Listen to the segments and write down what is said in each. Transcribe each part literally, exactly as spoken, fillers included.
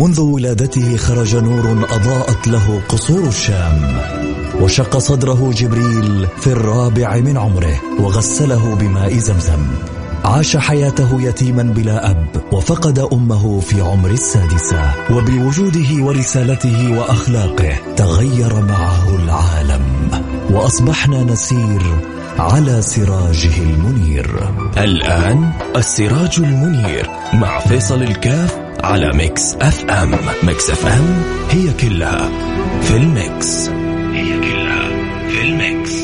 منذ ولادته خرج نور أضاءت له قصور الشام، وشق صدره جبريل في الرابع من عمره وغسله بماء زمزم. عاش حياته يتيما بلا أب، وفقد أمه في عمر السادسة، وبوجوده ورسالته وأخلاقه تغير معه العالم، وأصبحنا نسير على سراجه المنير. الآن السراج المنير مع فيصل الكاف على ميكس اف ام. ميكس اف ام هي كلها في الميكس، هي كلها في الميكس.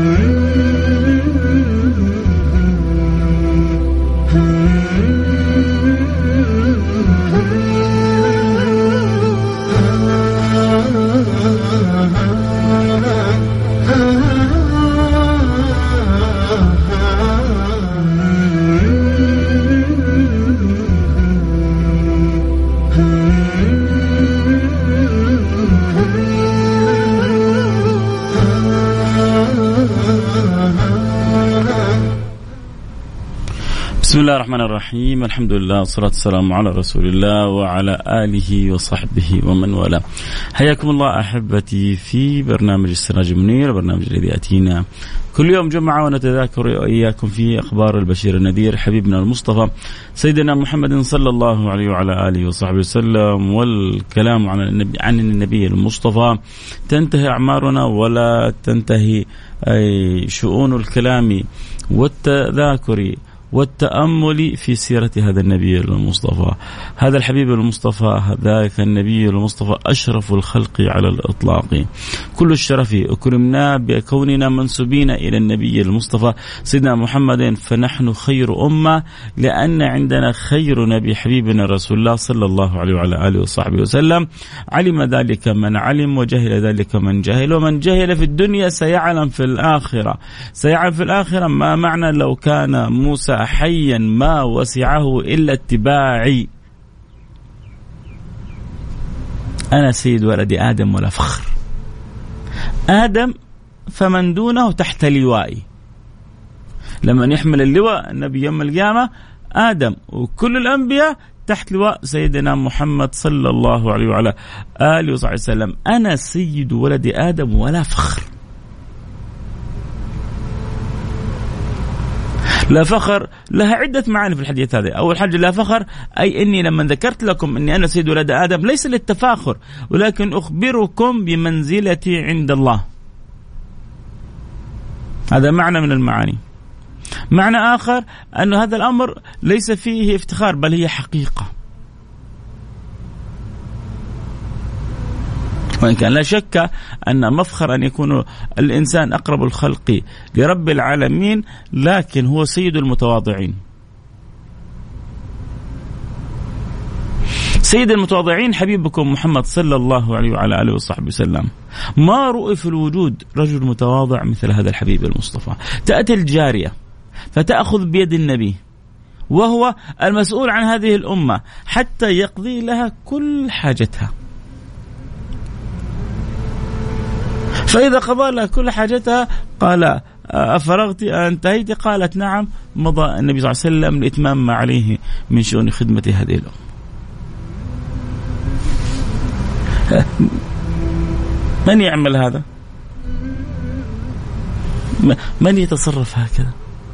بسم الله الرحمن الرحيم، الحمد لله والصلاة والسلام على رسول الله وعلى آله وصحبه ومن والاه. حياكم الله أحبتي في برنامج السراج المنير، برنامج الذي يأتينا كل يوم جمعة ونتذاكر إياكم في أخبار البشير النذير حبيبنا المصطفى سيدنا محمد صلى الله عليه وعلى آله وصحبه وسلم. والكلام عن النبي, عن النبي المصطفى تنتهي أعمارنا ولا تنتهي أي شؤون الكلام والتذاكر والتأمل في سيرة هذا النبي المصطفى، هذا الحبيب المصطفى، هذاك النبي المصطفى أشرف الخلق على الإطلاق. كل الشرف أكرمنا بكوننا منسوبين إلى النبي المصطفى سيدنا محمد، فنحن خير أمة لأن عندنا خير نبي حبيبنا رسول الله صلى الله عليه وعلى آله وصحبه وسلم. علم ذلك من علم وجهل ذلك من جهل، ومن جهل في الدنيا سيعلم في الآخرة. سيعلم في الآخرة ما معنى لو كان موسى حيا ما وسعه إلا اتباعي، أنا سيد ولد آدم ولا فخر. آدم فمن دونه تحت لوائي، لما يحمل اللواء النبي يوم القيامة آدم، وكل الأنبياء تحت لواء سيدنا محمد صلى الله عليه وعلى آله وصحبه وسلم. أنا سيد ولد آدم ولا فخر. لا فخر لها عدة معاني في الحديث هذا. أول حاجة لا فخر أي أني لما ذكرت لكم أني أنا سيد ولد آدم ليس للتفاخر، ولكن أخبركم بمنزلتي عند الله. هذا معنى من المعاني. معنى آخر أن هذا الأمر ليس فيه افتخار بل هي حقيقة، وإن كان لا شك أن مفخر أن يكون الإنسان أقرب الخلق لرب العالمين، لكن هو سيد المتواضعين. سيد المتواضعين حبيبكم محمد صلى الله عليه وعلى آله وصحبه وسلم. ما رؤي في الوجود رجل متواضع مثل هذا الحبيب المصطفى. تأتي الجارية فتأخذ بيد النبي وهو المسؤول عن هذه الأمة حتى يقضي لها كل حاجتها، فإذا قضى لها كل حاجتها قال أفرغت أنتهيت؟ قالت نعم. مضى النبي صلى الله عليه وسلم لإتمام ما عليه من شؤون خدمة هذه الأمة. من يعمل هذا؟ من يتصرف هكذا؟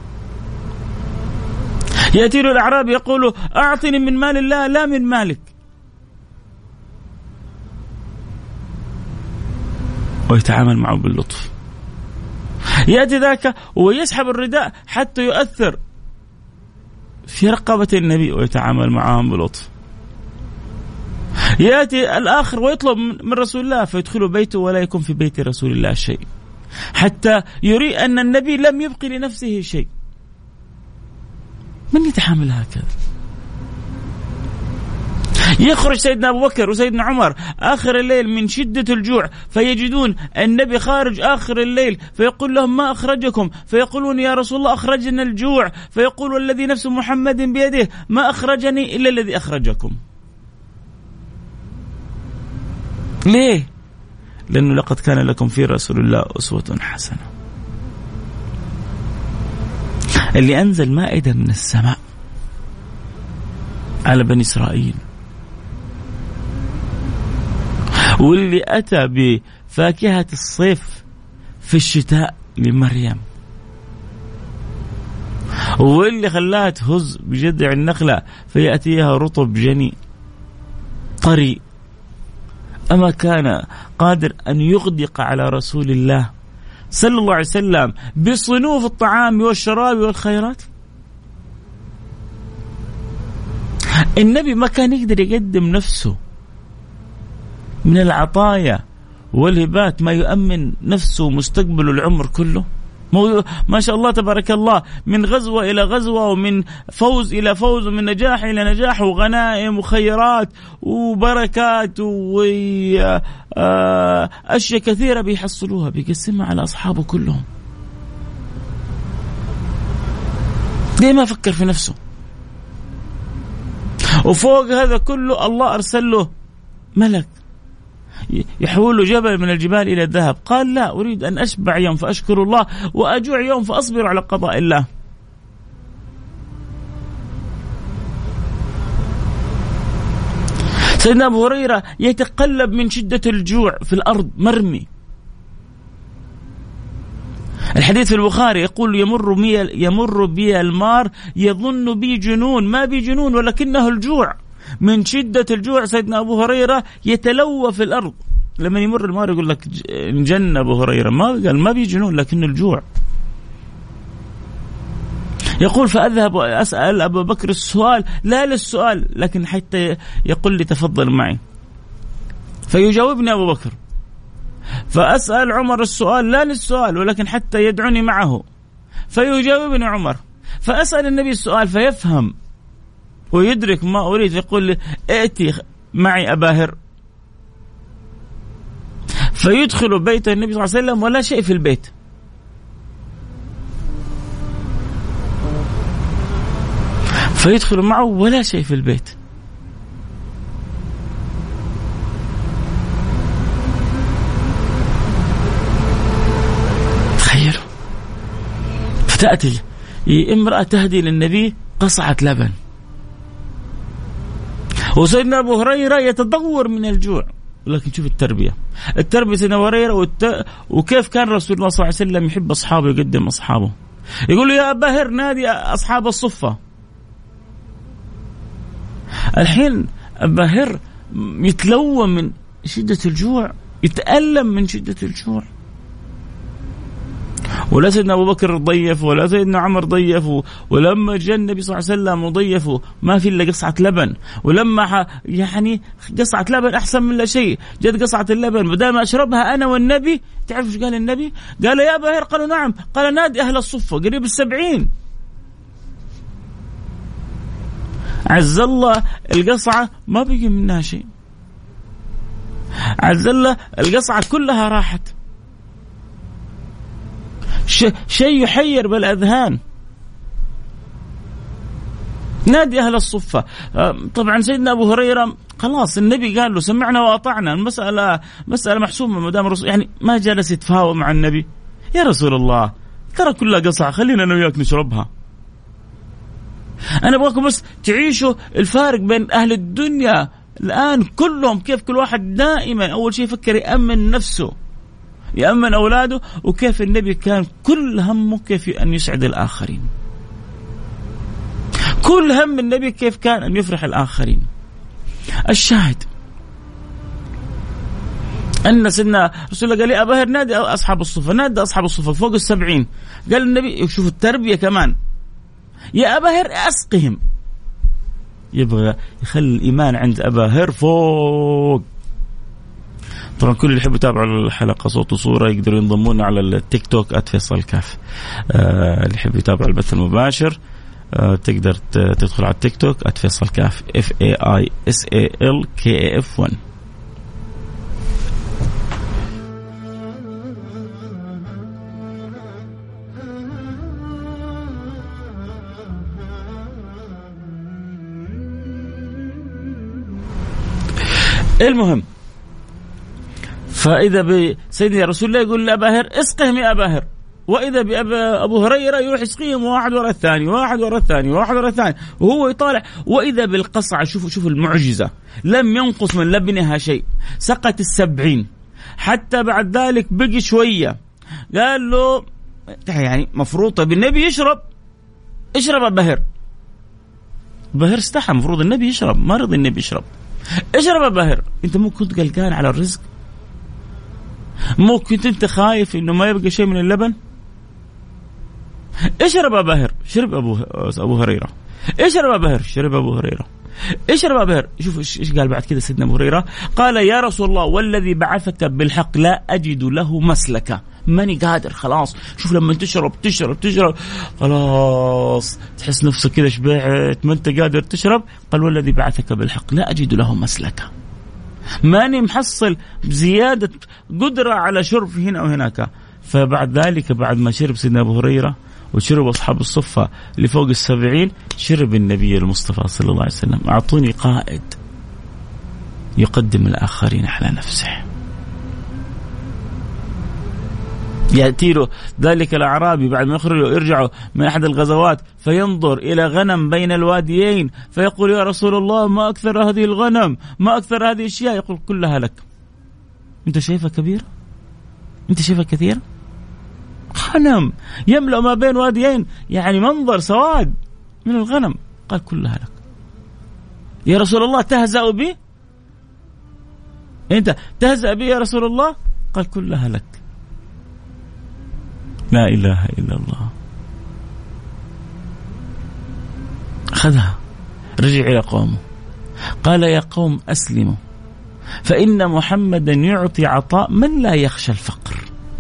يأتي له الأعراب يقول أعطني من مال الله لا من مالك، ويتعامل معه باللطف. يأتي ذاك ويسحب الرداء حتى يؤثر في رقبة النبي ويتعامل معهم بلطف. يأتي الآخر ويطلب من رسول الله فيدخل بيته ولا يكون في بيت رسول الله شيء، حتى يري أن النبي لم يبقي لنفسه شيء. من يتحمل هكذا؟ يخرج سيدنا أبو بكر وسيدنا عمر آخر الليل من شدة الجوع، فيجدون النبي خارج آخر الليل، فيقول لهم ما أخرجكم؟ فيقولون يا رسول الله أخرجنا الجوع. فيقول والذي نفس محمد بيده ما أخرجني إلا الذي أخرجكم. ليه؟ لأنه لقد كان لكم في رسول الله أسوة حسنة. اللي أنزل مائدة من السماء على بني إسرائيل واللي أتى بفاكهة الصيف في الشتاء لمريم، واللي خلاها تهز بجذع النخلة فيأتيها رطب جني طري، أما كان قادر أن يغدق على رسول الله صلى الله عليه وسلم بصنوف الطعام والشراب والخيرات؟ النبي ما كان يقدر يقدم نفسه من العطايا والهبات ما يؤمن نفسه مستقبل العمر كله؟ ما شاء الله تبارك الله، من غزوة إلى غزوة، ومن فوز إلى فوز، ومن نجاح إلى نجاح، وغنائم وخيرات وبركات وأشياء كثيرة بيحصلوها بيقسمها على أصحابه كلهم. ليه ما فكر في نفسه؟ وفوق هذا كله الله أرسل له ملك يحول جبل من الجبال إلى الذهب. قال لا أريد أن أشبع يوم فأشكر الله وأجوع يوم فأصبر على قضاء الله. سيدنا أبو هريرة يتقلب من شدة الجوع في الأرض مرمي. الحديث في البخاري يقول يمر بي يمر بي المار يظن بي جنون، ما بي جنون ولكنه الجوع. من شدة الجوع سيدنا أبو هريرة يتلوى في الأرض. لما يمر المار يقول لك انجن أبو هريرة، ما قال ما بي جنون لكن الجوع. يقول فأذهب أسأل أبو بكر السؤال، لا للسؤال لكن حتى يقول لي تفضل معي، فيجاوبني أبو بكر. فأسأل عمر السؤال، لا للسؤال ولكن حتى يدعني معه، فيجاوبني عمر. فأسأل النبي السؤال فيفهم ويدرك ما أريد، فيقول لي ائتي معي أبا هر. فيدخل بيت النبي صلى الله عليه وسلم ولا شيء في البيت. فيدخل معه ولا شيء في البيت. تخيلوا. فتأتي امرأة تهدي للنبي قصعة لبن، وسيدنا أبو هريرة يتضور من الجوع. لكن شوف التربية، التربية سيدنا أبو هريرة والت... وكيف كان رسول الله صلى الله عليه وسلم يحب أصحابه، يقدم أصحابه. يقول له يا أبا هر نادي أصحاب الصفة. الحين أبا هر يتلوى من شدة الجوع، يتألم من شدة الجوع. ولا سيدنا أبو بكر ضيف ولا سيدنا عمر ضيف، ولما جاء النبي صلى الله عليه وسلم وضيفه ما في إلا قصعة لبن. ولما يعني قصعة لبن أحسن من لا شيء، جت قصعة اللبن بدل ما أشربها أنا والنبي، تعرف إيش قال النبي؟ قال يا أبا هر. قالوا نعم. قال نادي أهل الصفة قريب السبعين. عز الله القصعة ما بقي منها شيء، عز الله القصعة كلها راحت. شيء يحير بالأذهان. نادي أهل الصفة. طبعا سيدنا أبو هريرة خلاص النبي قال له سمعنا وأطعنا، المسألة مسألة محسومة مدام الرسول، يعني ما جلس يتفاوض مع النبي. يا رسول الله ترى كلها قصعة، خلينا أنا وياك نشربها. أنا أبغاكم بس تعيشوا الفارق بين أهل الدنيا الآن كلهم، كيف كل واحد دائما أول شيء يفكر يأمن نفسه، يأمن أولاده، وكيف النبي كان كل همه كيف أن يسعد الآخرين. كل هم النبي كيف كان أن يفرح الآخرين. الشاهد أن سيدنا رسول الله قال لي أبا هر نادي أصحاب الصفة، نادي أصحاب الصفة فوق السبعين. قال النبي شوف التربية كمان، يا أبا هر أسقهم. يبغى يخلي الإيمان عند أبا هر فوق. طبعا كل اللي يحب يتابعوا الحلقة صوت وصورة يقدروا ينضمون على التيك توك @فيصل كاف. آه اللي يحب يتابع البث المباشر آه تقدر تدخل على التيك توك @فيصل كاف F A I S A L K A F one. المهم فإذا بسيدنا رسول الله يقول لأبا هر اسقهم يا أبا هر، وإذا بأبو هريرة يروح يسقيهم واحد ورا الثاني واحد ورا الثاني واحد ورا الثاني وهو يطالع. وإذا بالقصعة، شوفوا شوفوا المعجزة، لم ينقص من لبنها شيء، سقت السبعين. حتى بعد ذلك بقي شوية، قال له يعني مفروض بالنبي يشرب، اشرب بهر. بهر استحى، مفروض النبي يشرب، ما رضي النبي يشرب. اشرب بهر. انت مو كنت قلقان على الرزق؟ مو كنت انت خايف انه ما يبقى شيء من اللبن؟ اشرب بهر. شرب ابو ابو هريره. اشرب بهر. شرب ابو هريره. اشرب بهر. شوف ايش قال بعد كده سيدنا ابو هريره، قال يا رسول الله والذي بعثك بالحق لا اجد له مسلكا، ماني قادر خلاص. شوف لما تشرب تشرب تشرب خلاص تحس نفسك كذا شبعت، ما انت قادر تشرب. قال والذي بعثك بالحق لا اجد له مسلكا، ماني محصل بزيادة قدرة على شرب هنا وهناك. فبعد ذلك بعد ما شرب سيدنا أبو هريرة وشرب أصحاب الصفة اللي فوق السبعين، شرب النبي المصطفى صلى الله عليه وسلم. أعطوني قائد يقدم الآخرين على نفسه. يأتي له ذلك الأعرابي بعد ما يخرجوا يرجعوا من أحد الغزوات فينظر إلى غنم بين الواديين فيقول يا رسول الله ما أكثر هذه الغنم، ما أكثر هذه الأشياء. يقول كلها لك. أنت شايفها كبيرة؟ أنت شايفها كثيرة؟ غنم يملأ ما بين واديين، يعني منظر سواد من الغنم. قال كلها لك. يا رسول الله تهزأ بي؟ أنت تهزأ بي يا رسول الله؟ قال كلها لك. لا إله إلا الله. أخذها، رجع إلى قومه، قال يا قوم أسلموا فإن محمدا يعطي عطاء من لا يخشى الفقر.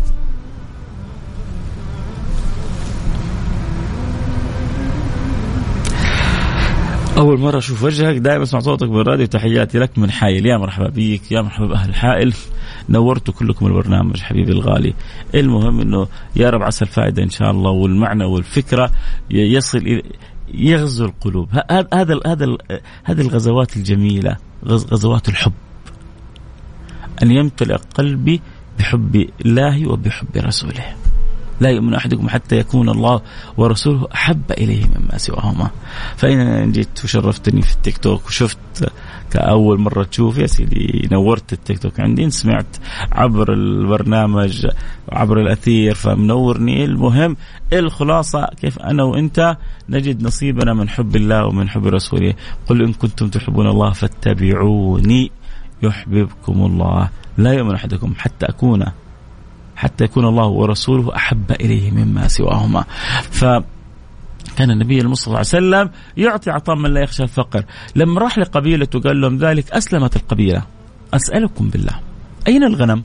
أول مرة أشوف وجهك، دائما أسمع صوتك بالراديو. تحياتي لك من حائل. يا مرحبا بيك، يا مرحبا بأهل حائل، نورتوا كلكم البرنامج حبيبي الغالي. المهم إنه يا رب عسى الفائدة إن شاء الله والمعنى والفكرة يصل إلى يغزو القلوب. هذا هذا هذا هذه الغزوات الجميلة، غزوات الحب، أن يمتلئ قلبي بحب الله وبحب رسوله. لا يؤمن أحدكم حتى يكون الله ورسوله أحب إليه مما سواهما. فإن جيت وشرفتني في التيك توك وشفت كأول مرة تشوف يا سيدي، نورت التيك توك عندي، سمعت عبر البرنامج عبر الأثير فمنورني. المهم الخلاصة كيف أنا وإنت نجد نصيبنا من حب الله ومن حب رسوله. قل إن كنتم تحبون الله فاتبعوني يحببكم الله. لا يؤمن أحدكم حتى أكون حتى يكون الله ورسوله أحب إليه مما سواهما. فكان النبي المصطفى صلى الله عليه وسلم يعطي عطاء من لا يخشى الفقر. لما راح لقبيلته قال لهم ذلك أسلمت القبيلة. أسألكم بالله أين الغنم؟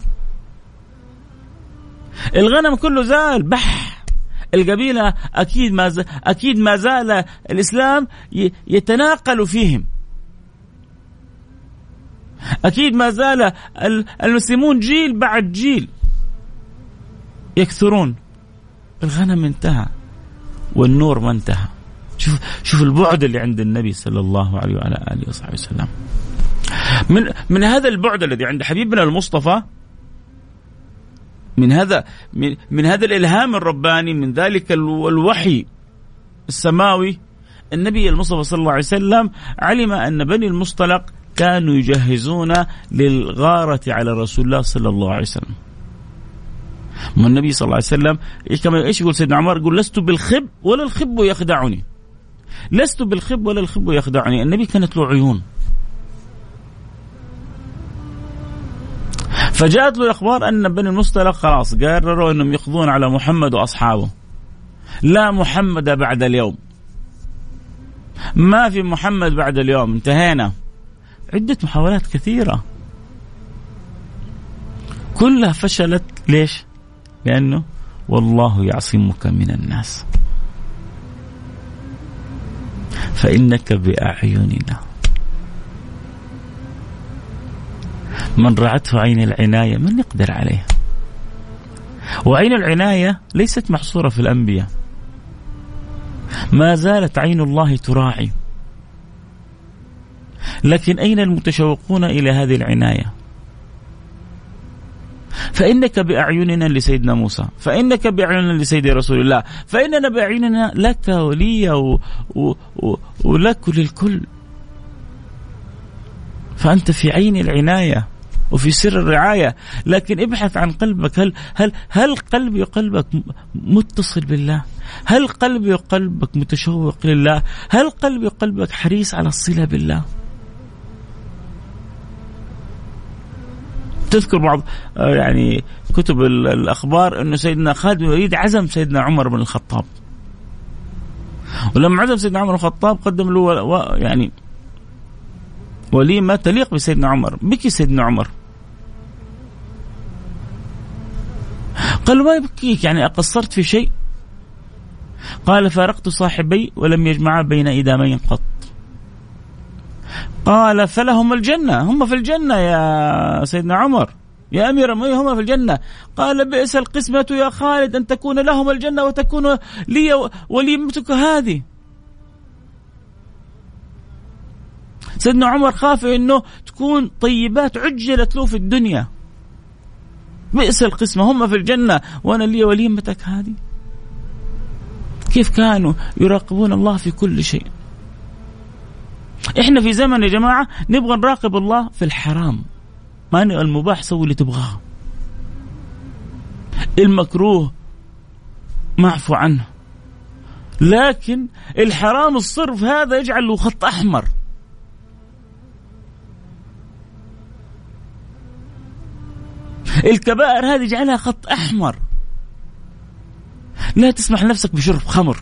الغنم كله زال بح. القبيلة أكيد ما زال أكيد ما زال الإسلام يتناقل فيهم، أكيد ما زال المسلمون جيل بعد جيل يكثرون. الغنم انتهى والنور ما انتهى. شوف شوف البعد اللي عند النبي صلى الله عليه وعلى آله وصحبه وسلم. من من هذا البعد الذي عند حبيبنا المصطفى، من هذا من, من هذا الإلهام الرباني، من ذلك الوحي السماوي، النبي المصطفى صلى الله عليه وسلم علم أن بني المصطلق كانوا يجهزون للغارة على رسول الله صلى الله عليه وسلم. ما النبي صلى الله عليه وسلم كما ايش يقول سيدنا عمر؟ يقول لست بالخب ولا الخب يخدعني، لست بالخب ولا الخب يخدعني. النبي كانت له عيون. فجاءت له الأخبار أن بني المصطلق خلاص قرروا أنهم يخضون على محمد وأصحابه. لا محمد بعد اليوم، ما في محمد بعد اليوم، انتهينا. عدة محاولات كثيرة كلها فشلت. ليش؟ لأنه والله يعصمك من الناس فإنك بأعيننا. من رعته عين العناية من يقدر عليها. وعين العناية ليست محصورة في الأنبياء، ما زالت عين الله تراعي. لكن أين المتشوقون إلى هذه العناية؟ فإنك بأعيننا لسيدنا موسى، فإنك بأعيننا لسيدي رسول الله، فإننا بأعيننا لك ولي و... و... و... ولك وللكل. فأنت في عين العناية وفي سر الرعاية. لكن ابحث عن قلبك. هل هل هل قلبي وقلبك متصل بالله؟ هل قلبي وقلبك متشوق لله؟ هل قلبي وقلبك حريص على الصلة بالله؟ تذكر بعض يعني كتب الأخبار أنه سيدنا خالد بن الوليد عزم سيدنا عمر بن الخطاب، ولما عزم سيدنا عمر بن الخطاب قدم له يعني وليمة تليق بسيدنا عمر. بكي سيدنا عمر، قال ما يبكيك يعني أقصرت في شيء؟ قال فارقت صاحبي ولم يجمع بين إدامين قط. قال فلهم الجنة، هم في الجنة يا سيدنا عمر، يا أمير المؤمنين هم في الجنة. قال بئس القسمة يا خالد أن تكون لهم الجنة وتكون لي وليمتك هذه. سيدنا عمر خاف إنه تكون طيبات عجلت له في الدنيا. بئس القسمة، هم في الجنة وأنا لي وليمتك هذه. كيف كانوا يراقبون الله في كل شيء. إحنا في زمن يا جماعة نبغى نراقب الله في الحرام، ما المباح سوي اللي تبغاه، المكروه معفو عنه، لكن الحرام الصرف هذا يجعل له خط أحمر. الكبائر هذه جعلها خط أحمر. لا تسمح لنفسك بشرب خمر.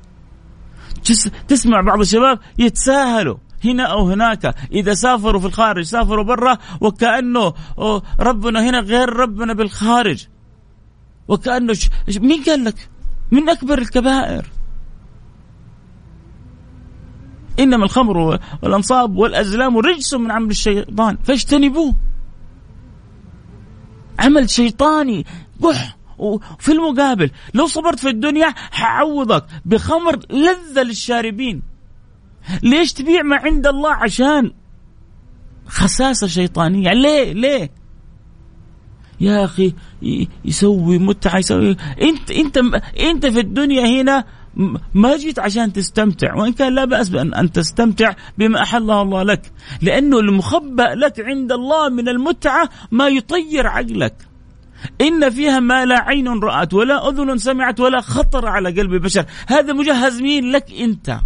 تسمع بعض الشباب يتساهلوا هنا أو هناك، إذا سافروا في الخارج سافروا برا وكأنه ربنا هنا غير ربنا بالخارج، وكأنه ش... مين قال لك؟ من أكبر الكبائر. إنما الخمر والأنصاب والأزلام رجس من عمل الشيطان فاجتنبوه. عمل شيطاني قح. وفي المقابل لو صبرت في الدنيا حعوضك بخمر لذة للشاربين. ليش تبيع ما عند الله عشان خساسة شيطانية؟ ليه ليه يا أخي؟ يسوي متعة، يسوي انت انت انت في الدنيا هنا ما جيت عشان تستمتع، وإن كان لا بأس بأن أن تستمتع بما أحله الله لك، لأنه المخبأ لك عند الله من المتعة ما يطير عقلك. إن فيها ما لا عين رأت ولا أذن سمعت ولا خطر على قلب بشر. هذا مجهز مين لك أنت؟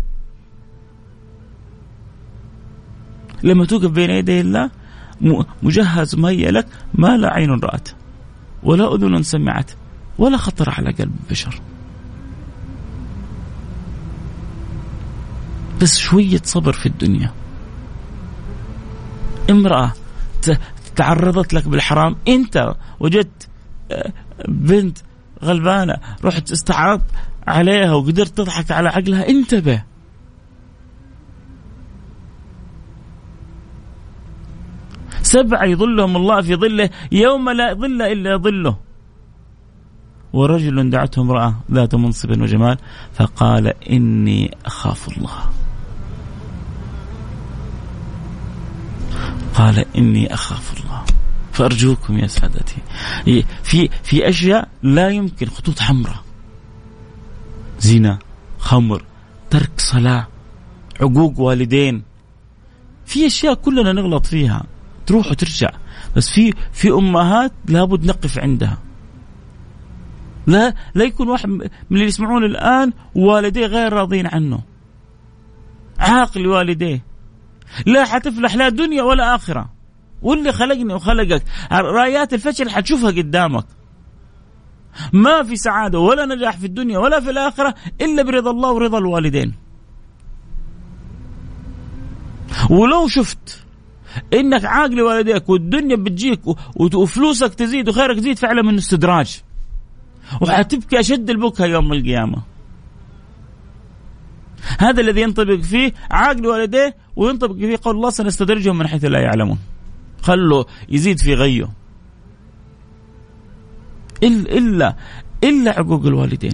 لما توقف بين يدي الله مجهز مهيأ لك ما لا عين رأت ولا أذن سمعت ولا خطر على قلب بشر. بس شوية صبر في الدنيا. امرأة تعرضت لك بالحرام، انت وجدت بنت غلبانة رحت استعرضت عليها وقدرت تضحك على عقلها، انتبه. سبعة يظلهم الله في ظله يوم لا ظل إلا ظله. ورجل دعته امرأة ذات منصب وجمال فقال إني أخاف الله. قال إني أخاف الله. فأرجوكم يا سادتي في في أشياء لا يمكن، خطوط حمراء، زنا، خمر، ترك صلاة، عقوق والدين، في أشياء كلنا نغلط فيها تروح وترجع، بس في في أمهات لابد نقف عندها. لا لا يكون واحد من اللي يسمعون الآن والديه غير راضين عنه، عاقل والديه، لا حتفلح لا دنيا ولا آخرة. واللي خلقني وخلقك رايات الفشل حتشوفها قدامك. ما في سعادة ولا نجاح في الدنيا ولا في الآخرة إلا برضا الله ورضا الوالدين. ولو شفت إنك عاقل والديك والدنيا بتجيك وفلوسك تزيد وخيرك تزيد، فعلا من استدراج، وحتبكي أشد البكاء يوم القيامة. هذا الذي ينطبق فيه عاقل والديه، وينطبق فيه قول الله سنستدرجهم من حيث لا يعلمون. خلوا يزيد في غيه إلا إلا عقوق الوالدين.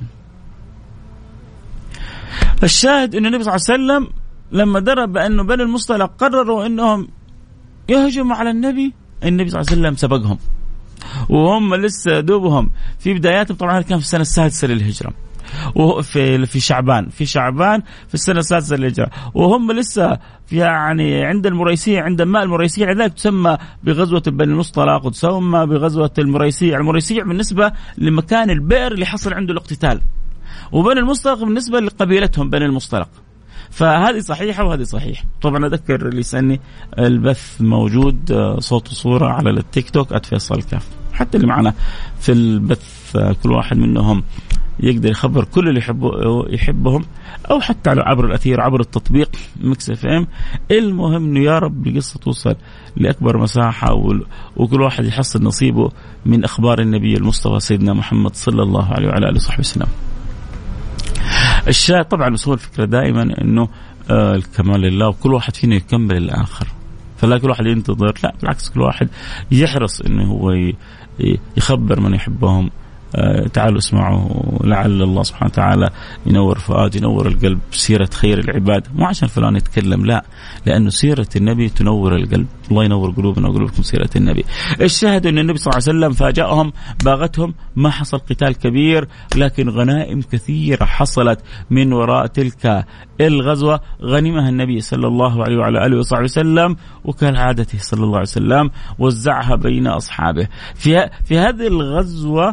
الشاهد أن النبي صلى الله عليه وسلم لما درب بأنه بني المصطلق قرروا أنهم يهجموا على النبي، النبي صلى الله عليه وسلم سبقهم وهم لسه دوبهم في بداياتهم. طبعا كان في السنة السادسة للهجرة، وفي في شعبان في شعبان في السنة السادسة للهجرة، وهم لسه في يعني عند المريسيع، عند ماء المريسيع، لذلك تسمى بغزوة بني المصطلق وتسمى بغزوة المريسيع. المريسيع بالنسبة لمكان البئر اللي حصل عنده الاقتتال، وبني المصطلق بالنسبة لقبيلتهم بني المصطلق. فهذه صحيحة وهذه صحيح. طبعا أذكر اللي يسألني البث موجود صوت وصورة على التيك توك @فيصل كاف، حتى اللي معنا في البث كل واحد منهم يقدر يخبر كل اللي يحبه يحبهم، أو حتى عبر الأثير عبر التطبيق ميكس اف ام. المهم إنه يا رب القصة توصل لأكبر مساحة، وكل واحد يحصل نصيبه من أخبار النبي المصطفى سيدنا محمد صلى الله عليه وعلى آله وصحبه وسلم. الشاهد طبعا وصول الفكرة دائما إنه آه الكمال لله، وكل واحد فينا يكمل الآخر، فلا كل واحد ينتظر، لا بالعكس كل واحد يحرص إنه هو يخبر من يحبهم. آه تعالوا اسمعوا، لعل الله سبحانه وتعالى ينور فؤاد، ينور القلب سيرة خير العباد، مو عشان فلان يتكلم، لا، لأنه سيرة النبي تنور القلب. الله ينور قلوبنا وقلوبكم سيرة النبي. الشاهد أن النبي صلى الله عليه وسلم فاجأهم، باغتهم، ما حصل قتال كبير، لكن غنائم كثيرة حصلت من وراء تلك الغزوة، غنمها النبي صلى الله عليه وعلى آله وصحبه وسلم، وكالعادة صلى الله عليه وسلم وزعها بين أصحابه. في في هذه الغزوة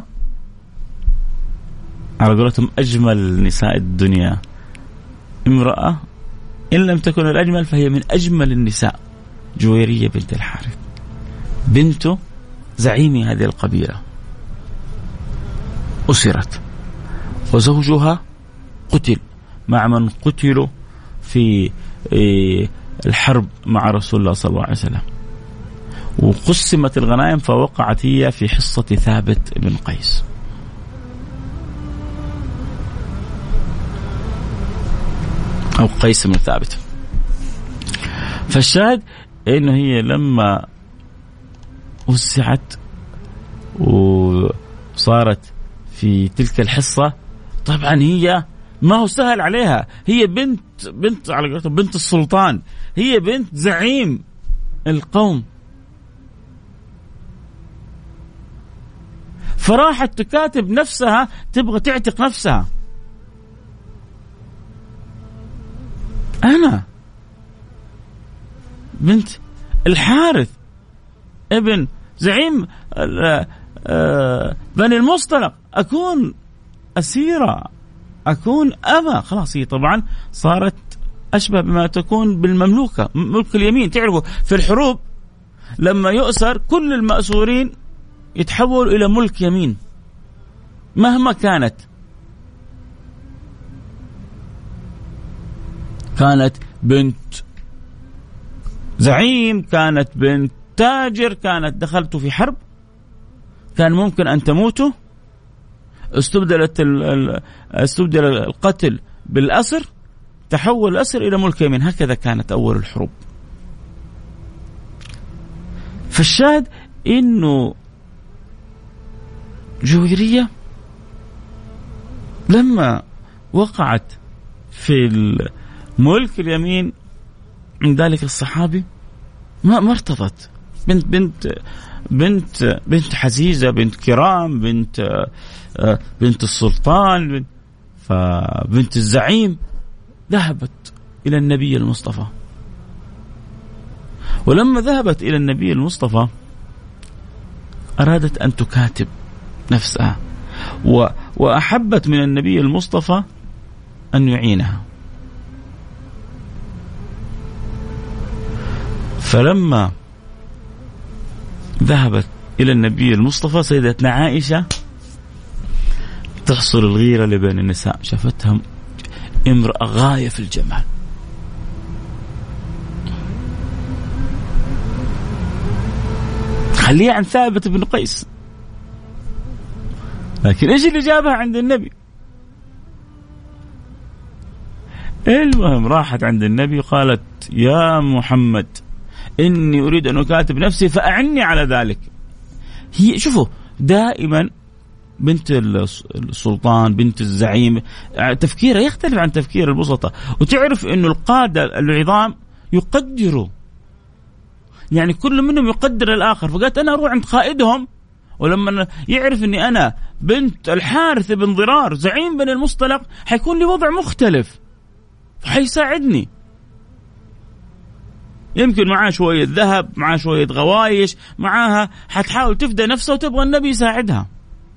على قولتهم أجمل نساء الدنيا امرأة، إن لم تكن الأجمل فهي من أجمل النساء، جويرية بنت الحارث، بنت زعيم هذه القبيلة، أسرت وزوجها قتل مع من قتلوا في الحرب مع رسول الله صلى الله عليه وسلم، وقسمت الغنائم فوقعت هي في حصة ثابت بن قيس. أو قيس بن ثابت. فالشاهد إنه هي لما وسعت وصارت في تلك الحصة، طبعا هي ما هو سهل عليها، هي بنت بنت على قولتهم بنت السلطان، هي بنت زعيم القوم، فراحت تكاتب نفسها تبغى تعتق نفسها. أنا بنت الحارث ابن زعيم بني المصطلق أكون أسيرة، أكون أما، خلاص هي طبعا صارت أشبه بما تكون بالمملوكة، ملك اليمين. تعرفوا في الحروب لما يؤسر كل المأسورين يتحولوا إلى ملك يمين مهما كانت، كانت بنت زعيم، كانت بنت تاجر، كانت دخلتوا في حرب كان ممكن أن تموتوا، استبدلت استبدل القتل بالأسر، تحول الأسر إلى ملك يمين. هكذا كانت أول الحروب. فالشاهد إنه جويرية لما وقعت في ملك اليمين من ذلك الصحابي ما مرتضت، بنت بنت بنت بنت حزيزة، بنت كرام، بنت بنت السلطان، بنت فبنت الزعيم، ذهبت إلى النبي المصطفى. ولما ذهبت إلى النبي المصطفى أرادت أن تكاتب نفسها، وأحبت من النبي المصطفى أن يعينها. فلما ذهبت إلى النبي المصطفى سيدتنا عائشة تحصل الغيرة لبين النساء، شافتها امرأة غاية في الجمال، خليها عن ثابت بن قيس، لكن إيش اللي جابها عند النبي؟ المهم راحت عند النبي قالت يا محمد إني أريد أن أكاتب نفسي فأعني على ذلك. هي شوفوا دائما بنت السلطان، بنت الزعيم، تفكيرها يختلف عن تفكير البسطة، وتعرف إنه القادة العظام يقدروا، يعني كل منهم يقدر الآخر. فقالت أنا أروح عند قائدهم ولما يعرف أني أنا بنت الحارث بن ضرار زعيم بن المصطلق حيكون لي وضع مختلف، فحيساعدني. يمكن معاه شوية ذهب، معاه شوية غوايش، معاها حتحاول تفدى نفسها وتبغى النبي يساعدها.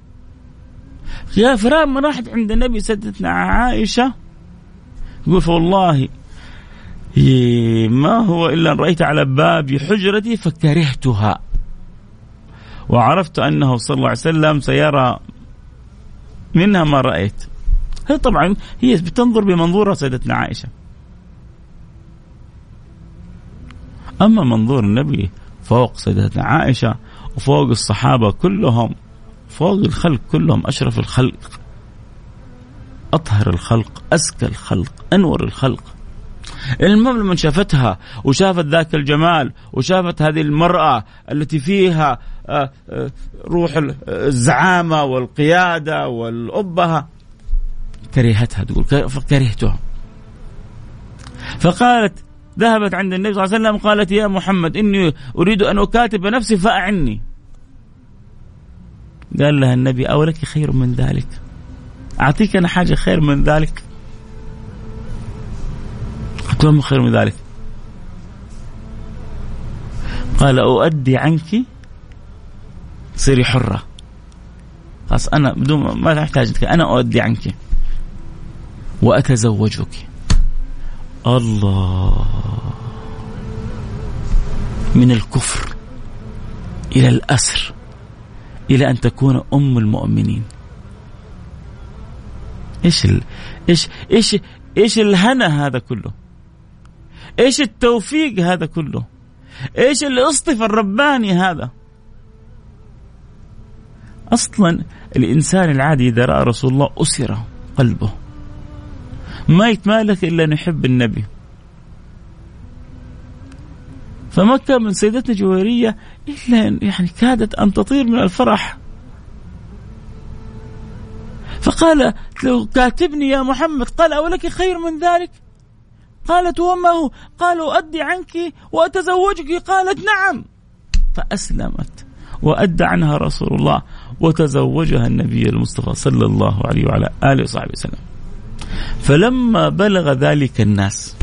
يا فرام ما راحت عند النبي سيدتنا عائشة يقول فوالله ما هو إلا أن رأيت على باب حجرتي فكرهتها، وعرفت أنه صلى الله عليه وسلم سيرى منها ما رأيت. هي طبعا هي بتنظر بمنظورها سيدتنا عائشة، أما منظور النبي فوق سيدتنا عائشة وفوق الصحابة كلهم، فوق الخلق كلهم، أشرف الخلق، أطهر الخلق، أزكى الخلق، أنور الخلق. المهم لما شافتها وشافت ذاك الجمال وشافت هذه المرأة التي فيها روح الزعامة والقيادة والأبهة كرهتها، تقول فكرهتها. فقالت ذهبت عند النبي صلى الله عليه وسلم قالت يا محمد إني أريد أن أكاتب نفسي فأعني. قال لها النبي أولك خير من ذلك، أعطيك أنا حاجة خير من ذلك. قلت له خير من ذلك؟ قال أؤدي عنك صيري حرة، خلاص أنا بدون ما تحتاج، أنا أؤدي عنك وأتزوجك. الله، من الكفر إلى الأسر إلى أن تكون أم المؤمنين. إيش ال... إيش إيش إيش الهنا هذا كله؟ إيش التوفيق هذا كله؟ إيش الاصطفاء الرباني هذا؟ أصلا الإنسان العادي إذا رأى رسول الله أسر قلبه، ما يتمالك إلا أن يحب النبي. فما كان من سيدتنا جويرية إلا يعني كادت أن تطير من الفرح. فقال لو كاتبني يا محمد، قال أولك خير من ذلك؟ قالت وما هو؟ قالوا أؤدي عنك وأتزوجك. قالت نعم. فأسلمت وأدى عنها رسول الله وتزوجها النبي المصطفى صلى الله عليه وعلى آله وصحبه وسلم. فلما بلغ ذلك الناس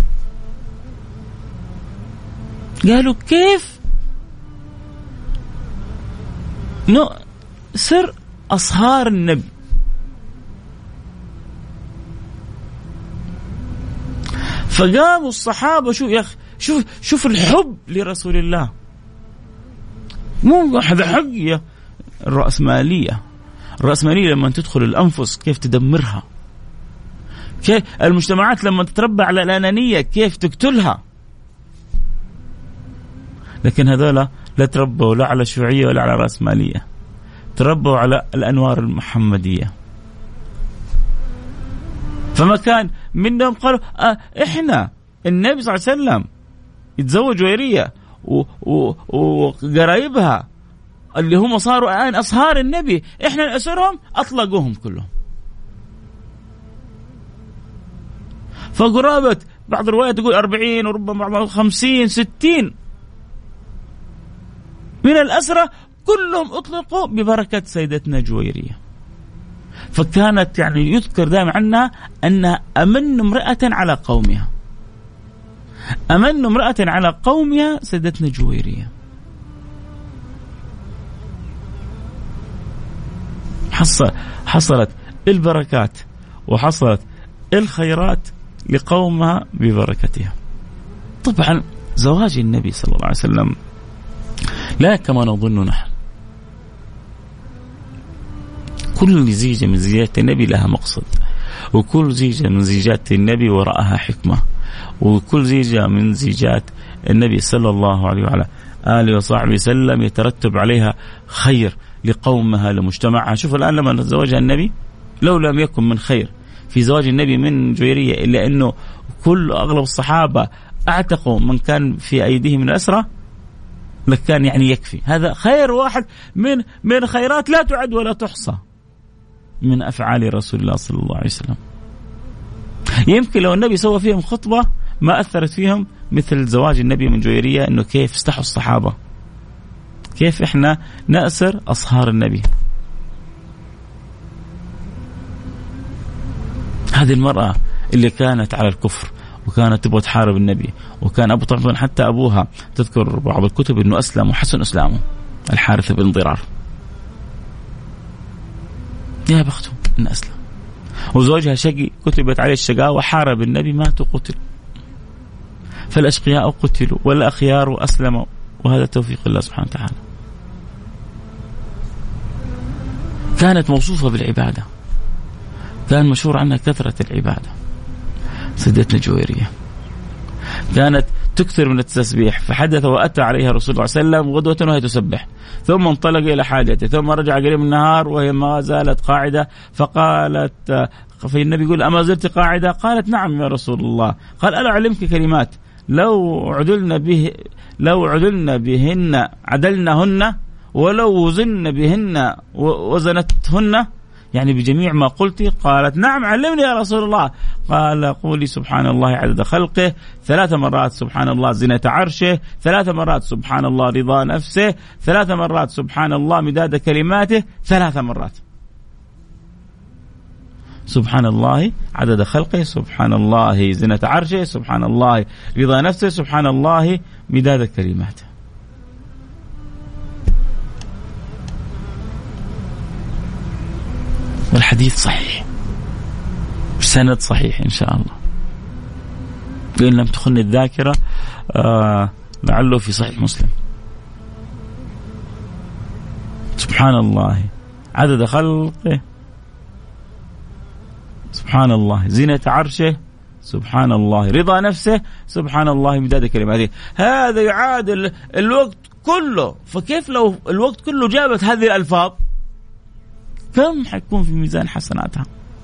قالوا كيف نو سر أصهار النبي؟ فقاموا الصحابة شوف يا أخي، شوف شوف الحب لرسول الله، مو هذا حق يا الرأسمالية. الرأسمالية لما تدخل الأنفس كيف تدمرها، كيف المجتمعات لما تتربى على الأنانية كيف تقتلها. لكن هذولا لا تربوا لا على الشيوعية ولا على الرأسمالية، تربوا على الأنوار المحمدية. فما كان منهم قالوا آه إحنا النبي صلى الله عليه وسلم يتزوج جويرية وقرايبها اللي هم صاروا الآن أصهار النبي، إحنا نأسرهم، أطلقوهم كلهم. فقرابة بعض الروايات تقول أربعين وربما خمسين ستين من الأسرة كلهم أطلقوا ببركة سيدتنا جويرية. فكانت يعني يذكر دائما عنها أنها أمن امرأة على قومها، أمن امرأة على قومها سيدتنا جويرية. حصل حصلت البركات وحصلت الخيرات لقومها ببركتها. طبعا زواج النبي صلى الله عليه وسلم لا كما نظن نحن، كل زيجة من زيجات النبي لها مقصد، وكل زيجة من زيجات النبي وراءها حكمة، وكل زيجة من زيجات النبي صلى الله عليه وعلى آله وصحبه وسلم يترتب عليها خير لقومها لمجتمعها. شوف الآن لما تزوجها النبي لو لم يكن من خير في زواج النبي من جويرية إلا أنه كل أغلب الصحابة اعتقوا من كان في أيديهم من الأسرة لكان يعني يكفي. هذا خير واحد من من خيرات لا تعد ولا تحصى من أفعال رسول الله صلى الله عليه وسلم. يمكن لو النبي سوى فيهم خطبة ما أثرت فيهم مثل زواج النبي من جويرية، أنه كيف استحوا الصحابة كيف إحنا نأسر أصهار النبي. هذه المرأة اللي كانت على الكفر وكانت تبغى تحارب النبي، وكان أبو طالب حتى أبوها تذكر بعض الكتب أنه أسلم وحسن إسلامه، الحارث بن ضرار. يا بخته إن أسلم. وزوجها شقي كتبت عليه الشقاوة، وحارب النبي مات وقتل. فالأشقياء قتلوا والأخيار أسلموا، وهذا توفيق الله سبحانه وتعالى. كانت موصوفة بالعبادة، كان مشهور عنها كثرة العبادة. سيدتنا جويرية كانت تكثر من التسبيح، فحدث وأتى عليها رسول الله صلى الله عليه وسلم غدوة وهي تسبح، ثم انطلق إلى حاجته، ثم رجع قريب من النهار وهي ما زالت قاعدة، فقالت فالنبي يقول أما زلت قاعدة؟ قالت نعم يا رسول الله. قال ألا أعلمك كلمات لو عدلنا به لو عدلنا بهن عدلناهن، ولو وزن بهن وزنتهن، يعني بجميع ما قلتي؟ قالت نعم علمني يا رسول الله. قال قولي سبحان الله عدد خلقه ثلاث مرات، سبحان الله زنة عرشه ثلاث مرات، سبحان الله رضا نفسه ثلاث مرات، سبحان الله مداد كلماته ثلاث مرات. سبحان الله عدد خلقه، سبحان الله زنة عرشه، سبحان الله رضا نفسه، سبحان الله مداد كلماته. والحديث صحيح، سند صحيح إن شاء الله، وإن لم تخن الذاكرة آه لعله في صحيح مسلم. سبحان الله عدد خلقه، سبحان الله زينة عرشه، سبحان الله رضا نفسه، سبحان الله مداد كلماته. هذا يعادل الوقت كله، فكيف لو الوقت كله جابت هذه الألفاظ كم حيكون في ميزان حسناتها؟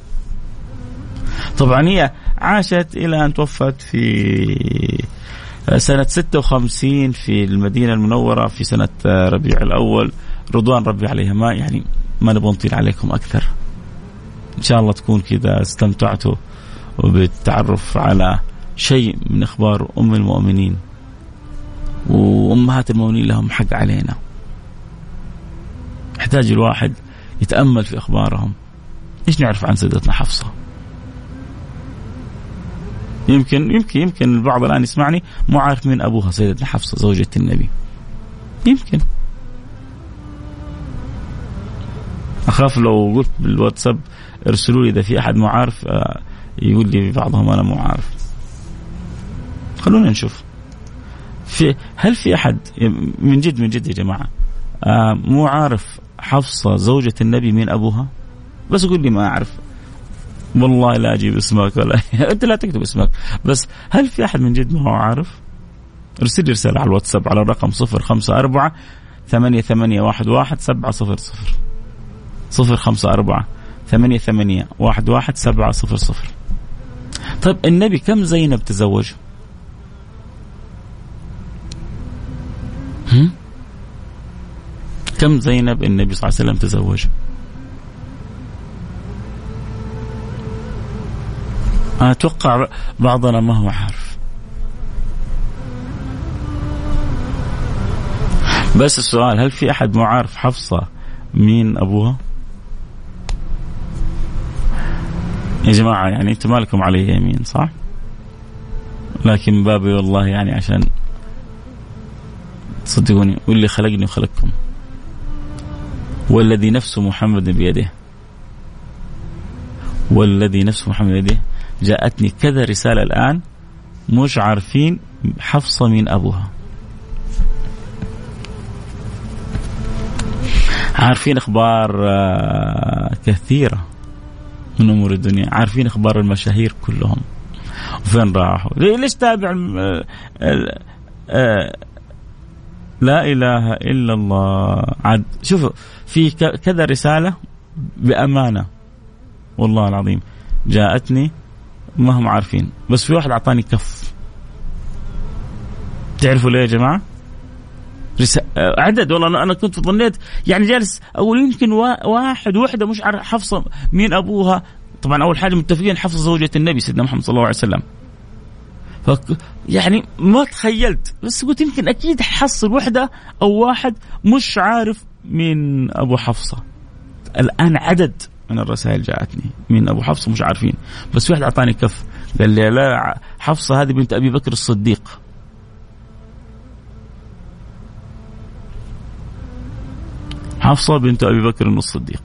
طبعا هي عاشت إلى أن توفت في سنة ستة وخمسين في المدينة المنورة في سنة ربيع الأول، رضوان ربي عليها. ما يعني ما نبغى نطيل عليكم أكثر، إن شاء الله تكون كذا استمتعتوا بالتعرف على شيء من أخبار أم المؤمنين وأمهات المؤمنين. لهم حق علينا، يحتاج الواحد يتأمل في أخبارهم. إيش نعرف عن سيدتنا حفصة؟ يمكن يمكن يمكن البعض الآن يسمعني مو عارف من أبوها سيدتنا حفصة زوجة النبي. يمكن أخاف لو قلت بالواتساب ارسلوا لي إذا في أحد مو عارف يقول لي بعضهم أنا مو عارف. خلونا نشوف في هل في أحد من جد من جد يا جماعة مو عارف حفصة زوجة النبي من أبوها؟ بس قول لي ما أعرف، والله لا أجيب اسمك ولا أنت لا تكتب اسمك، بس هل في أحد من جد ما هو عارف؟ ارسل لي رسالة على الواتساب على الرقم صفر خمسة أربعة ثمانية ثمانية واحد واحد سبعة صفر صفر صفر خمسة أربعة ثمانية ثمانية واحد واحد سبعة صفر صفر. طيب النبي كم زينب تزوج؟ هم؟ كم زينب النبي صلى الله عليه وسلم تزوج؟ أنا أتوقع بعضنا ما هو عارف. بس السؤال هل في أحد مو عارف حفصة مين أبوها؟ يا جماعة يعني أنتم مالكم علي يمين صح؟ لكن بابي والله يعني عشان تصدقوني واللي خلقني وخلقكم والذي نفس محمد بيده والذي نفس محمد بيده جاءتني كذا رسالة الآن مش عارفين حفصة من أبوها. عارفين أخبار كثيرة من أمور الدنيا، عارفين أخبار المشاهير كلهم وفين راحوا. ليش تابع لا إله إلا الله. عاد شوفوا في كذا رسالة بأمانة والله العظيم جاءتني ما هم عارفين، بس في واحد أعطاني كف. تعرفوا ليه يا جماعة؟ رس... عدد والله أنا كنت ظنيت يعني جالس أقول يمكن واحد وحدة مش عارف حفصة مين أبوها. طبعا أول حاجة متفقين حفصة زوجة النبي سيدنا محمد صلى الله عليه وسلم، يعني ما تخيلت، بس قلت يمكن أكيد حصل وحدة أو واحد مش عارف من أبو حفصة. الآن عدد من الرسائل جاءتني من أبو حفصة مش عارفين، بس واحد أعطاني كف قال لي لا حفصة هذه بنت أبي بكر الصديق. حفصة بنت أبي بكر الصديق.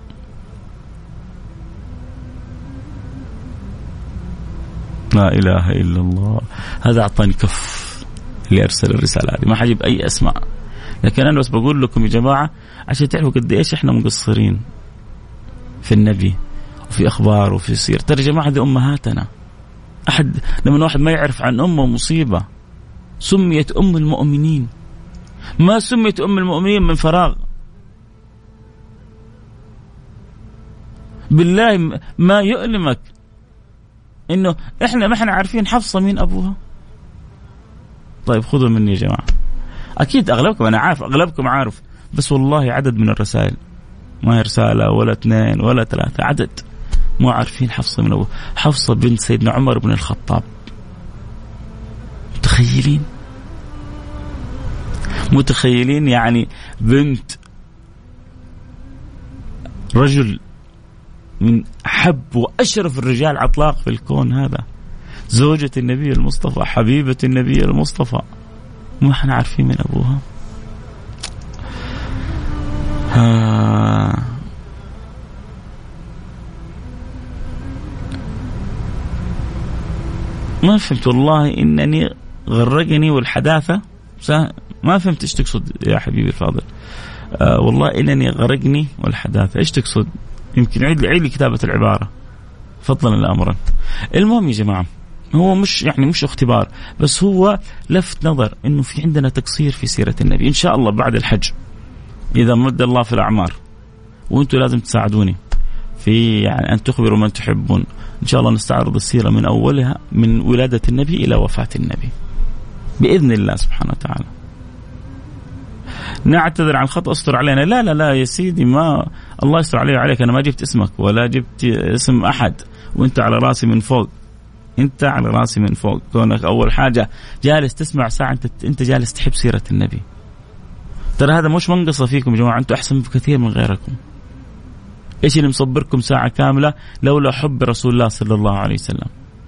لا إله إلا الله. هذا أعطاني كف اللي أرسل الرسالة هذه. ما حجيب أي أسماء، لكن أنا بس بقول لكم يا جماعة عشان تعرفوا قد إيش إحنا مقصرين في النبي وفي أخبار وفي سير. ترى يا جماعة هذه أمهاتنا. أحد لما واحد ما يعرف عن أمه مصيبة. سميت أم المؤمنين، ما سميت أم المؤمنين من فراغ. بالله ما يؤلمك إنه إحنا ما إحنا عارفين حفصة مين أبوها؟ طيب خذوا مني يا جماعة، أكيد أغلبكم أنا عارف، أغلبكم عارف، بس والله عدد من الرسائل ما هي رسالة ولا اثنين ولا ثلاثة، عدد مو عارفين حفصة من أبوها. حفصة بنت سيدنا عمر بن الخطاب. متخيلين؟ متخيلين يعني بنت رجل من أحب وأشرف الرجال على الإطلاق في الكون هذا، زوجة النبي المصطفى، حبيبة النبي المصطفى، ما احنا عارفين من أبوها. ها ما فهمت والله، إنني غرقني والحداثة. ما فهمت إيش تقصد يا حبيبي الفاضل. آه والله إنني غرقني والحداثة، إيش تقصد؟ يمكن عيد لي كتابة العبارة فضلا الأمر. المهم يا جماعة هو مش يعني مش اختبار، بس هو لفت نظر إنه في عندنا تقصير في سيرة النبي. إن شاء الله بعد الحج إذا مد الله في الأعمار وأنتم لازم تساعدوني في يعني أن تخبروا من تحبون، إن شاء الله نستعرض السيرة من أولها من ولادة النبي إلى وفاة النبي بإذن الله سبحانه وتعالى. نعتذر عن الخطأ، استر علينا. لا لا لا يا سيدي، ما الله يستر علي وعليك. أنا ما جبت اسمك ولا جبت اسم أحد، وأنت على راسي من فوق، أنت على راسي من فوق. كونك أول حاجة جالس تسمع ساعة، أنت أنت جالس تحب سيرة النبي. ترى هذا مش منقصة فيكم يا جماعة، أنتم أحسن بكثير من غيركم. إيش اللي مصبركم ساعة كاملة لولا حب رسول الله صلى الله عليه وسلم؟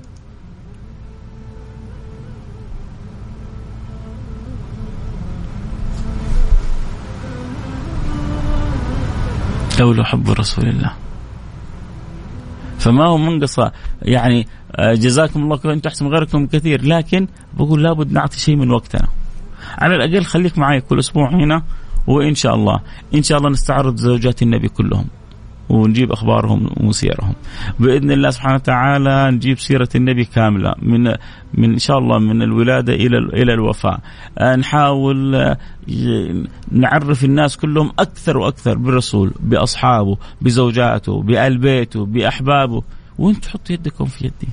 لولا حب رسول الله. فما هو منقصة يعني، جزاكم الله خير، أنتم أحسن من غيركم كثير، لكن بقول لابد نعطي شيء من وقتنا. على الأقل خليك معي كل أسبوع هنا، وإن شاء الله إن شاء الله نستعرض زوجات النبي كلهم ونجيب أخبارهم وسيرهم بإذن الله سبحانه وتعالى. نجيب سيرة النبي كاملة من من إن شاء الله من الولادة إلى إلى الوفاة. نحاول نعرف الناس كلهم أكثر وأكثر بالرسول، بأصحابه، بزوجاته، بآل بيته، بأحبابه. وأنت حط يدكم في يدي،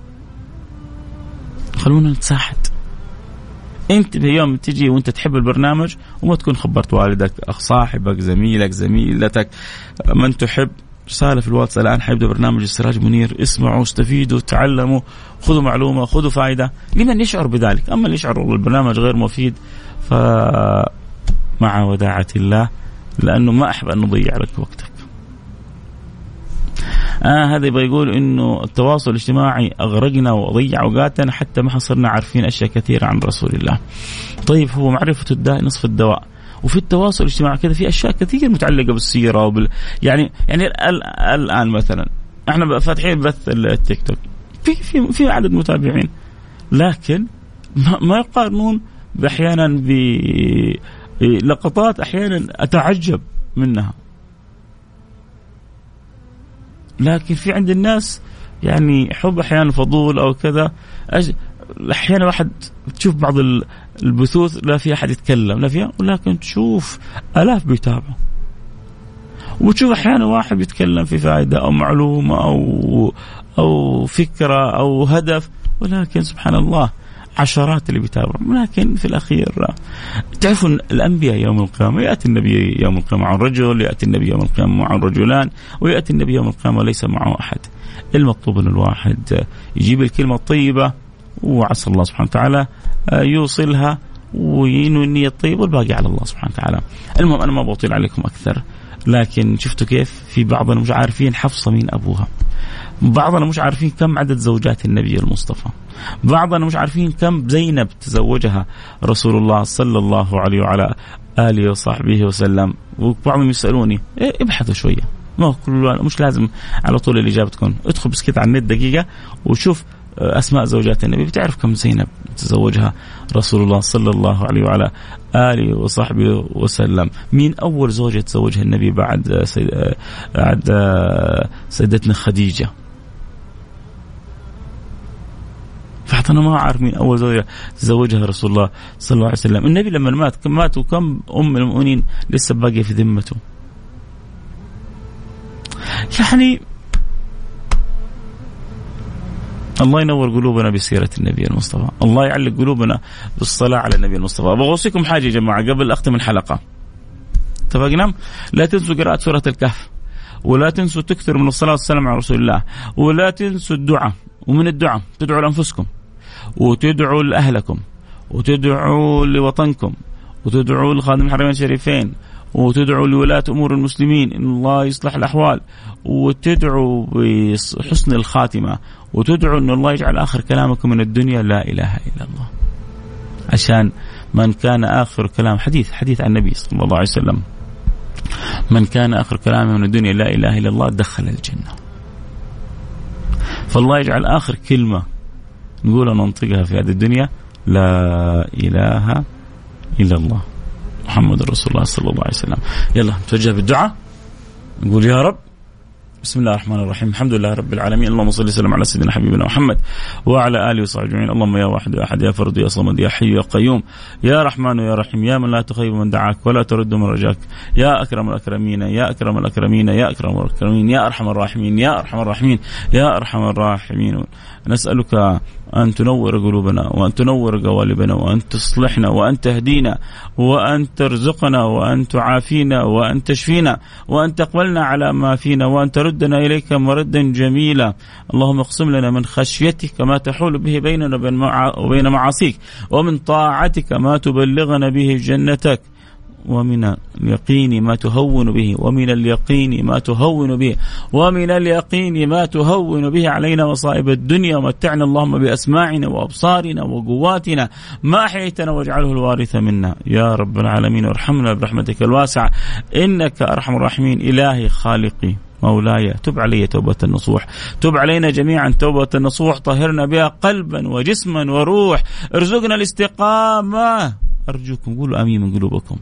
خلونا نتساعد. أنت بيوم تجي وأنت تحب البرنامج وما تكون خبرت والدك، أخ، صاحبك، زميلك، زميلتك، من تحب، رسالة في الواتس الآن حيبدأ برنامج السراج منير، اسمعوا، استفيدوا، تعلموا، خذوا معلومة، خذوا فائدة لمن يشعر بذلك. أما اللي يشعر البرنامج غير مفيد فمع وداعة الله، لأنه ما أحب أن نضيع لك وقتك. آه هذا بيقول إنه التواصل الاجتماعي أغرقنا وضيع أوقاتنا حتى ما صرنا عارفين أشياء كثيرة عن رسول الله. طيب هو معرفة الداء نصف الدواء، وفي التواصل الاجتماعي كذا في أشياء كثير متعلقة بالسيرة وبال يعني يعني الآن مثلا إحنا فاتحين بث التيك توك، في في في عدد متابعين، لكن ما يقارنون بأحيانا بلقطات أحيانا أتعجب منها. لكن في عند الناس يعني حب أحيانا فضول أو كذا. أحيانا واحد تشوف بعض البثوث لا في أحد يتكلم لا فيها، ولكن تشوف آلاف بيتابعوا، وتشوف أحيانا واحد يتكلم في فائدة أو معلومة أو أو فكرة أو هدف، ولكن سبحان الله عشرات اللي بيتابعوا. ولكن في الأخير تعرفون الأنبياء يوم القيامة يأتي النبي يوم القيامة مع رجل، يأتي النبي يوم القيامة مع رجلان، ويأتي النبي يوم القيامة ليس معه أحد. المطلوب أن الواحد يجيب الكلمة الطيبة وعسى الله سبحانه وتعالى يوصلها وينوي النية الطيبة والباقي على الله سبحانه وتعالى. المهم أنا ما بطيل عليكم أكثر، لكن شفتوا كيف في بعضنا مش عارفين حفصة مين أبوها، بعضنا مش عارفين كم عدد زوجات النبي المصطفى، بعضنا مش عارفين كم زينب تزوجها رسول الله صلى الله عليه وعلى آله وصحبه وسلم. وبعضهم يسألوني إيه ابحثوا شوية، ما كل مش لازم على طول الإجابة تكون، ادخل بس كده على النت دقيقة وشوف أسماء زوجات النبي بتعرف كم زينب تزوجها رسول الله صلى الله عليه وعلى آله وصحبه وسلم. مين أول زوجة تزوجها النبي بعد سيد... بعد سيدتنا خديجة؟ فحتى ما أعرف مين أول زوجة تزوجها رسول الله صلى الله عليه وسلم. النبي لما مات كم مات وكم أم المؤمنين لسه باقية في ذمته. يعني الله ينور قلوبنا بسيرة النبي المصطفى، الله يعلق قلوبنا بالصلاة على النبي المصطفى. بوصيكم حاجة يا جماعة قبل أختم الحلقة، اتفقنا؟ لا تنسوا قراءة سورة الكهف، ولا تنسوا تكثروا من الصلاة والسلام على رسول الله، ولا تنسوا الدعاء. ومن الدعاء تدعوا لأنفسكم، وتدعوا لأهلكم، وتدعوا لوطنكم، وتدعوا لخادم الحرمين الشريفين، وتدعوا لولاة أمور المسلمين إن الله يصلح الأحوال، وتدعوا بحسن الخاتمة، وتدعوا أن الله يجعل آخر كلامكم من الدنيا لا إله إلا الله. عشان من كان آخر كلام حديث حديث عن النبي صلى الله عليه وسلم، من كان آخر كلامه من الدنيا لا إله إلا الله دخل الجنة. فالله يجعل آخر كلمة نقول ننطقها في هذه الدنيا لا إله إلا الله محمد رسول الله صلى الله عليه وسلم. يلا نتوجه بالدعاء، نقول يا رب بسم الله الرحمن الرحيم الحمد لله رب العالمين، اللهم صل وسلم على سيدنا حبيبنا محمد وعلى آله وصحبه أجمعين. اللهم يا واحد يا أحد يا فرد يا صمد يا حي يا قيوم يا رحمن يا رحيم يا من لا تخيب من دعاك ولا ترد من رجاك يا أكرم الأكرمين يا أكرم الأكرمين يا أكرم الأكرمين يا أرحم الراحمين يا أرحم الراحمين يا أرحم الراحمين. نسألك أن تنور قلوبنا وأن تنور قوالبنا وأن تصلحنا وأن تهدينا وأن ترزقنا وأن تعافينا وأن تشفينا وأن تقبلنا على ما فينا وأن تردنا إليك مردا جميلا. اللهم اقسم لنا من خشيتك ما تحول به بيننا وبين معاصيك، ومن طاعتك ما تبلغنا به جنتك، ومن اليقين ما تهون به ومن اليقين ما تهون به ومن اليقين ما تهون به علينا مصائب الدنيا، ومتعنا اللهم بأسماعنا وأبصارنا وقواتنا ما أحييتنا واجعله الوارث منا يا رب العالمين، وارحمنا برحمتك الواسعة إنك أرحم الراحمين. إلهي خالقي مولاي تب علي توبة النصوح، تب علينا جميعا توبة النصوح، طهرنا بها قلبا وجسما وروح، ارزقنا الاستقامة. أرجوكم قولوا آمين من قلوبكم،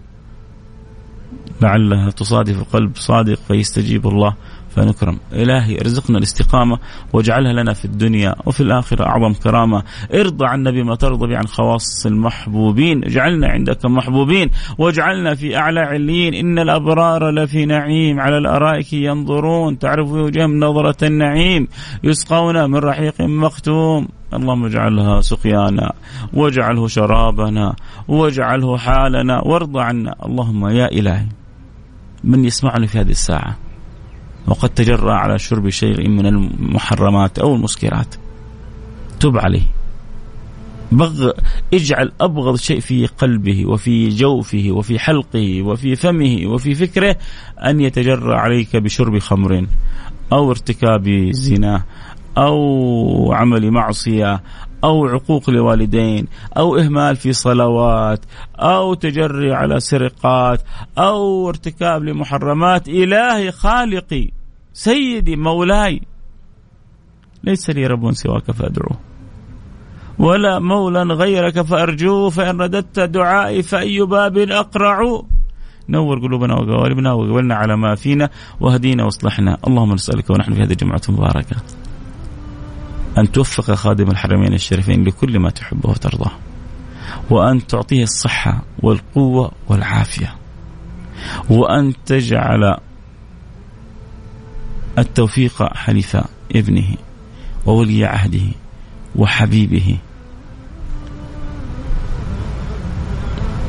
لعلها تصادف قلب صادق فيستجيب الله فنكرم. إلهي ارزقنا الاستقامة واجعلها لنا في الدنيا وفي الآخرة أعظم كرامة. ارضى عنا بما ترضى به عن خواص المحبوبين، اجعلنا عندك محبوبين واجعلنا في أعلى عليين. إن الأبرار لفي نعيم على الأرائك ينظرون تعرف وجههم نظرة النعيم يسقون من رحيق مختوم. اللهم اجعلها سقيانا واجعله شرابنا واجعله حالنا وارضى عنا. اللهم يا إلهي من يسمعني في هذه الساعة وقد تجرأ على شرب شيء من المحرمات أو المسكرات تب عليه، بغ اجعل أبغض شيء في قلبه وفي جوفه وفي حلقه وفي فمه وفي فكره أن يتجرأ عليك بشرب خمر أو ارتكاب زنا أو عمل معصية أو عقوق لوالدين أو إهمال في صلوات أو تجري على سرقات أو ارتكاب لمحرمات. إلهي خالقي سيدي مولاي ليس لي رب سواك فأدعوه ولا مولا غيرك فأرجوه، فإن رددت دعائي فأي باب أقرع. نور قلوبنا وقوالبنا وقبلنا على ما فينا وهدينا واصلحنا. اللهم نسألك ونحن في هذه الجمعة المباركة أن توفق خادم الحرمين الشريفين لكل ما تحبه وترضاه، وأن تعطيه الصحة والقوة والعافية، وأن تجعل التوفيق حليف ابنه وولي عهده وحبيبه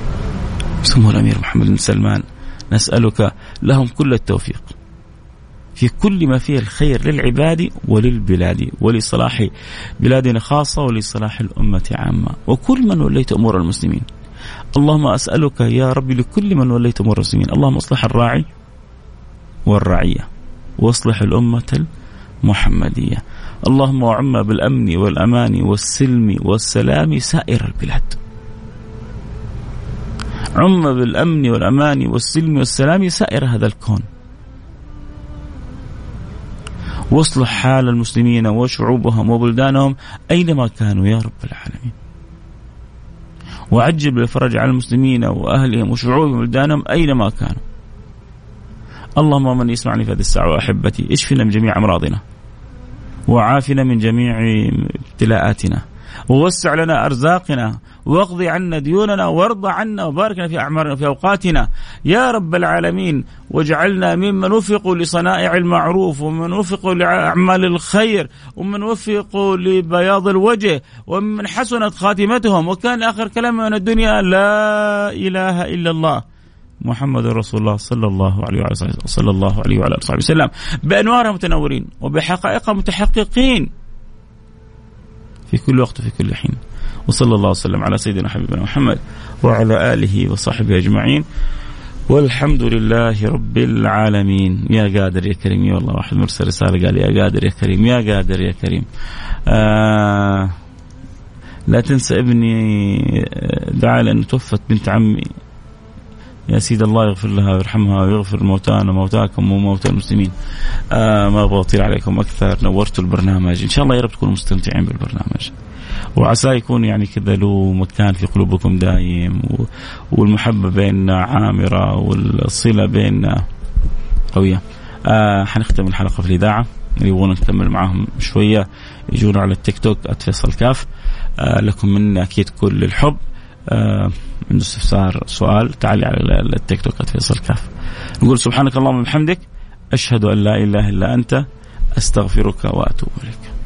سمو الأمير محمد بن سلمان. نسألك لهم كل التوفيق في كل ما فيه الخير للعباد وللبلاد ولصلاح بلادنا خاصة ولصلاح الأمة عامة وكل من وليت أمور المسلمين. اللهم أسألك يا ربي لكل من وليت أمور المسلمين، اللهم اصلح الراعي والرعية واصلح الأمة المحمدية. اللهم وعم بالأمن والأمان والسلم والسلام سائر البلاد، عم بالأمن والأمان والسلم والسلام سائر هذا الكون، واصلح حال المسلمين وشعوبهم وبلدانهم أينما كانوا يا رب العالمين، وعجل بالفرج على المسلمين وأهلهم وشعوبهم وبلدانهم أينما كانوا. اللهم من يسمعني في هذه الساعة أحبتي اشفنا من جميع أمراضنا وعافنا من جميع ابتلاءاتنا ووسع لنا أرزاقنا واقضي عنا ديوننا وارضى عنا وباركنا في أعمارنا وفي أوقاتنا يا رب العالمين، واجعلنا ممن وفقوا لصنائع المعروف ومن وفقوا لأعمال الخير ومن وفقوا لبياض الوجه ومن حسنت خاتمتهم وكان آخر كلام من الدنيا لا إله إلا الله محمد رسول الله صلى الله عليه وعلى صلى الله عليه وعلى آله وسلم، بأنوارهم متنورين وبحقائقهم متحققين في كل وقت وفي كل حين. وصلى الله وسلم على سيدنا حبيبنا محمد وعلى آله وصحبه أجمعين، والحمد لله رب العالمين. يا قادر يا كريم، يا والله واحد مرسل رسالة قال يا قادر يا كريم، يا قادر يا كريم. آه لا تنسى ابني دعا لأنه توفت بنت عمي، يا سيد الله يغفر لها ويرحمها ويغفر موتانا وموتاكم وموتى المسلمين. آه ما أبغى أطيل عليكم أكثر، نورتوا البرنامج، إن شاء الله يا رب تكونوا مستمتعين بالبرنامج، وعسى يكون يعني كذا له مكان في قلوبكم دائم، والمحبة بيننا عامرة والصلة بيننا قوية. آه حنختم الحلقة في الإذاعة، اللي يبغون نكمل معهم شوية يجونا على التيك توك @فيصل كاف. آه لكم منا أكيد كل الحب. آه عنده استفسار سؤال تعالي على التيك توك @فيصل كاف. نقول سبحانك اللهم وبحمدك أشهد أن لا إله إلا أنت أستغفرك وأتوب إليك.